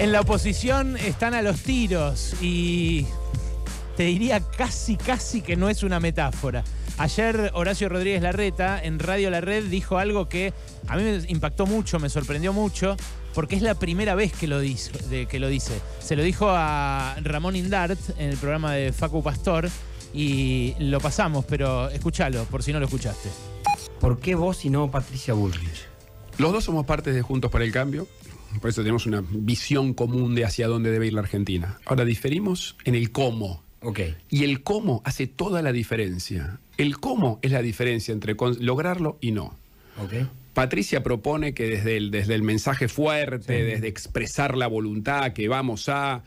En la oposición están a los tiros y te diría casi que no es una metáfora. Ayer Horacio Rodríguez Larreta en Radio La Red dijo algo que a mí me impactó mucho, me sorprendió mucho, porque es la primera vez que lo dice. Se lo dijo a Ramón Indart en el programa de Facu Pastor y lo pasamos, pero escúchalo por si no lo escuchaste. ¿Por qué vos y no Patricia Bullrich? Los dos somos parte de Juntos por el Cambio, por eso tenemos una visión común de hacia dónde debe ir la Argentina. Ahora diferimos en el cómo. Okay. Y el cómo hace toda la diferencia. El cómo es la diferencia entre lograrlo y no. Okay. Patricia propone que desde el mensaje fuerte, desde expresar la voluntad, que vamos a...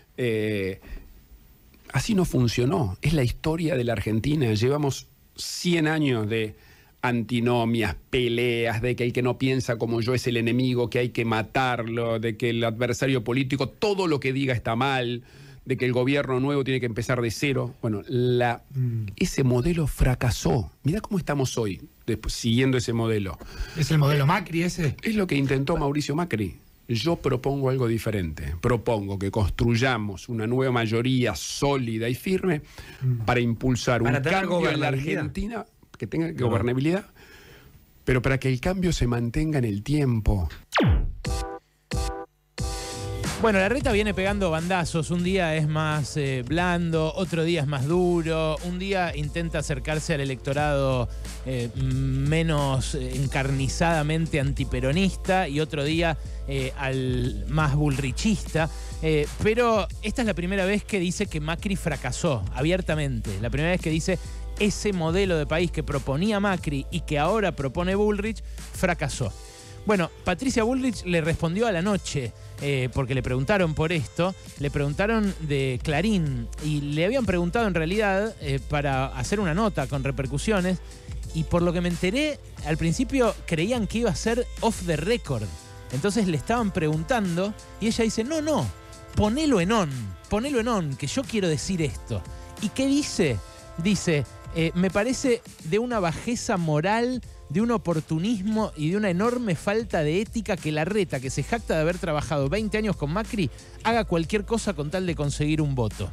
así no funcionó. Es la historia de la Argentina. Llevamos 100 años de antinomias, peleas, de que el que no piensa como yo es el enemigo, que hay que matarlo, de que el adversario político, todo lo que diga está mal, de que el gobierno nuevo tiene que empezar de cero. Bueno, ese modelo fracasó. Mirá cómo estamos hoy, siguiendo ese modelo. ¿Es el modelo Macri ese? Es lo que intentó Mauricio Macri. Yo propongo algo diferente. Propongo que construyamos una nueva mayoría sólida y firme para impulsar un cambio en la Argentina, que tenga gobernabilidad, pero para que el cambio se mantenga en el tiempo. Bueno, Larreta viene pegando bandazos. Un día es más blando, otro día es más duro. Un día intenta acercarse al electorado menos encarnizadamente antiperonista y otro día al más bullrichista. Pero esta es la primera vez que dice que Macri fracasó, abiertamente. La primera vez que dice ese modelo de país que proponía Macri y que ahora propone Bullrich, fracasó. Bueno, Patricia Bullrich le respondió a la noche, porque le preguntaron por esto, le preguntaron de Clarín y le habían preguntado en realidad para hacer una nota con repercusiones y por lo que me enteré, al principio creían que iba a ser off the record. Entonces le estaban preguntando y ella dice, no, ponelo en on, que yo quiero decir esto. ¿Y qué dice? Dice, me parece de una bajeza moral, de un oportunismo y de una enorme falta de ética que Larreta, que se jacta de haber trabajado 20 años con Macri, haga cualquier cosa con tal de conseguir un voto.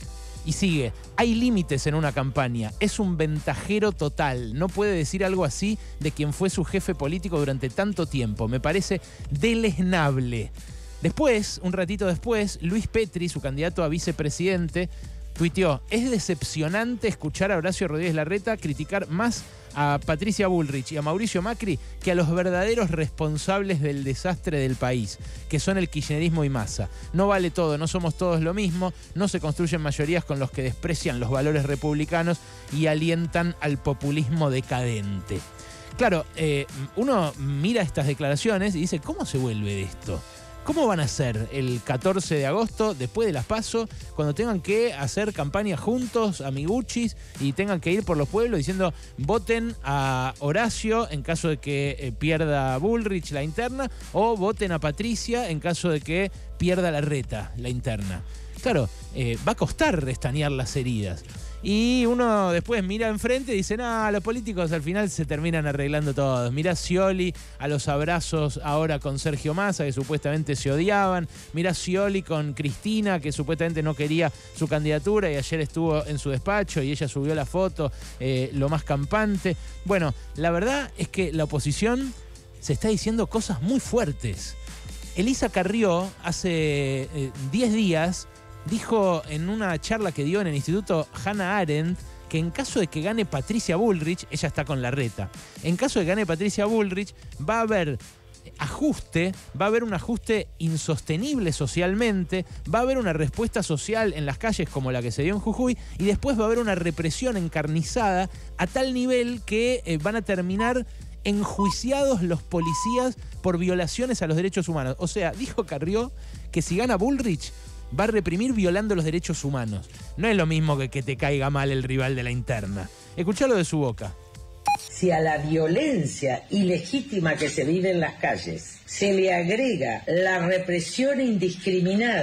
Y sigue, hay límites en una campaña, es un ventajero total, no puede decir algo así de quien fue su jefe político durante tanto tiempo, me parece deleznable. Después, un ratito después, Luis Petri, su candidato a vicepresidente, tuiteó, es decepcionante escuchar a Horacio Rodríguez Larreta criticar más a Patricia Bullrich y a Mauricio Macri que a los verdaderos responsables del desastre del país, que son el kirchnerismo y Massa. No vale todo, no somos todos lo mismo, no se construyen mayorías con los que desprecian los valores republicanos y alientan al populismo decadente. Claro, uno mira estas declaraciones y dice, ¿cómo se vuelve de esto? ¿Cómo van a hacer el 14 de agosto, después de las PASO, cuando tengan que hacer campaña juntos, amiguchis, y tengan que ir por los pueblos diciendo voten a Horacio en caso de que pierda Bullrich la interna, o voten a Patricia en caso de que pierda Larreta la interna? Claro, va a costar restañar las heridas. Y uno después mira enfrente y dice, los políticos al final se terminan arreglando todos. Mirá Scioli a los abrazos ahora con Sergio Massa, que supuestamente se odiaban. Mirá Scioli con Cristina, que supuestamente no quería su candidatura y ayer estuvo en su despacho y ella subió la foto, lo más campante. Bueno, la verdad es que la oposición se está diciendo cosas muy fuertes. Elisa Carrió hace 10 días dijo en una charla que dio en el Instituto Hannah Arendt que en caso de que gane Patricia Bullrich, ella está con Larreta, en caso de que gane Patricia Bullrich va a haber ajuste, va a haber un ajuste insostenible socialmente, va a haber una respuesta social en las calles como la que se dio en Jujuy y después va a haber una represión encarnizada a tal nivel que van a terminar enjuiciados los policías por violaciones a los derechos humanos. O sea, dijo Carrió que si gana Bullrich va a reprimir violando los derechos humanos. No es lo mismo que te caiga mal el rival de la interna. Escuchalo de su boca. Si a la violencia ilegítima que se vive en las calles se le agrega la represión indiscriminada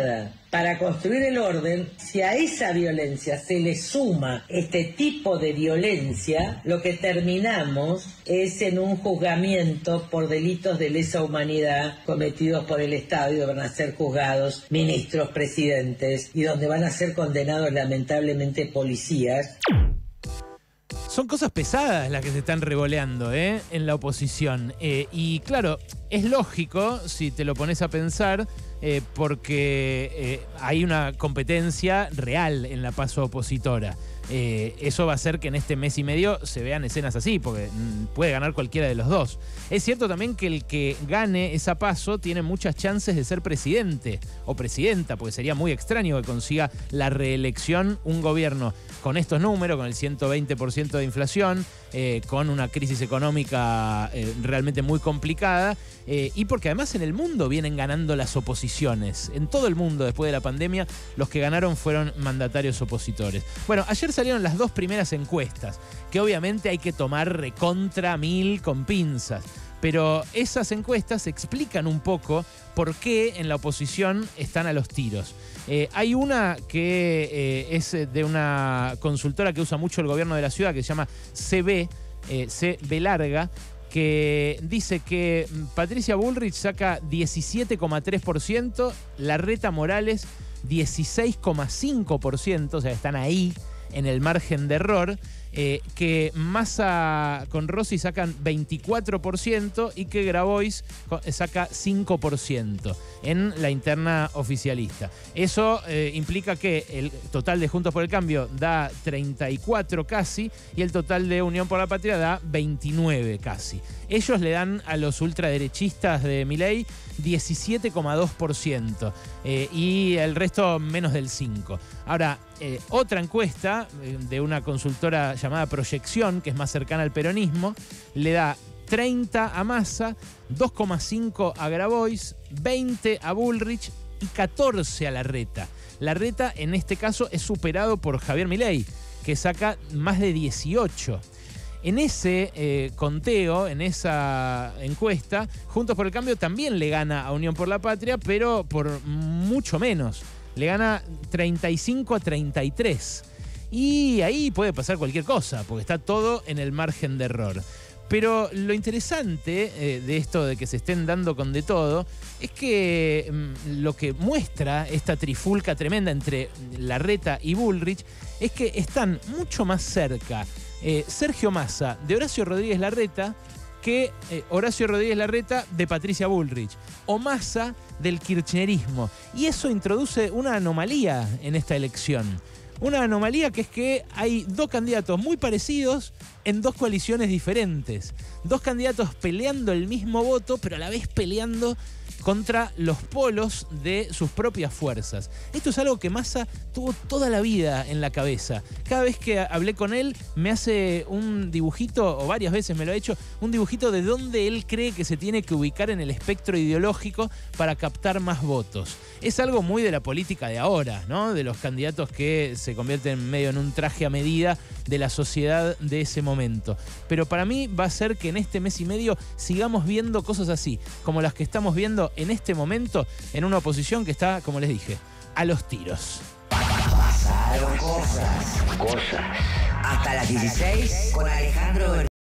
Para construir el orden, si a esa violencia se le suma este tipo de violencia, lo que terminamos es en un juzgamiento por delitos de lesa humanidad cometidos por el Estado, y donde van a ser juzgados ministros, presidentes, y donde van a ser condenados lamentablemente policías. Son cosas pesadas las que se están revoleando en la oposición. Y claro, es lógico si te lo pones a pensar, porque hay una competencia real en la PASO opositora. Eso va a hacer que en este mes y medio se vean escenas así, porque puede ganar cualquiera de los dos. Es cierto también que el que gane esa PASO tiene muchas chances de ser presidente o presidenta, porque sería muy extraño que consiga la reelección un gobierno con estos números, con el 120% de inflación, con una crisis económica realmente muy complicada, y porque además en el mundo vienen ganando las oposiciones. En todo el mundo, después de la pandemia, los que ganaron fueron mandatarios opositores. Bueno, ayer salieron las dos primeras encuestas, que obviamente hay que tomar recontra mil con pinzas. Pero esas encuestas explican un poco por qué en la oposición están a los tiros. Hay una que es de una consultora que usa mucho el gobierno de la ciudad, que se llama CB larga, que dice que Patricia Bullrich saca 17,3%, Larreta Morales 16,5%, o sea, están ahí en el margen de error, que Massa con Rossi sacan 24% y que Grabois saca 5% en la interna oficialista. Eso implica que el total de Juntos por el Cambio da 34 casi y el total de Unión por la Patria da 29 casi. Ellos le dan a los ultraderechistas de Milei 17,2% y el resto menos del 5%. Ahora, otra encuesta de una consultora llamada Proyección, que es más cercana al peronismo, le da 30 a Massa, 2,5 a Grabois, 20 a Bullrich y 14 a Larreta. Larreta, en este caso, es superado por Javier Milei, que saca más de 18. En ese conteo, en esa encuesta, Juntos por el Cambio también le gana a Unión por la Patria, pero por mucho menos. Le gana 35 a 33. Y ahí puede pasar cualquier cosa, porque está todo en el margen de error. Pero lo interesante de esto de que se estén dando con de todo es que lo que muestra esta trifulca tremenda entre Larreta y Bullrich es que están mucho más cerca Sergio Massa de Horacio Rodríguez Larreta que Horacio Rodríguez Larreta de Patricia Bullrich, o Massa del kirchnerismo. Y eso introduce una anomalía en esta elección. Una anomalía que es que hay dos candidatos muy parecidos en dos coaliciones diferentes. Dos candidatos peleando el mismo voto, pero a la vez peleando contra los polos de sus propias fuerzas. Esto es algo que Massa tuvo toda la vida en la cabeza. Cada vez que hablé con él me hace un dibujito, o varias veces me lo ha hecho, un dibujito de dónde él cree que se tiene que ubicar en el espectro ideológico para captar más votos. Es algo muy de la política de ahora, ¿no? De los candidatos que se convierten medio en un traje a medida de la sociedad de ese momento. Pero para mí va a ser que en este mes y medio sigamos viendo cosas así, como las que estamos viendo en este momento en una oposición que está, como les dije, a los tiros. Pasaron cosas. Hasta las 16 con Alejandro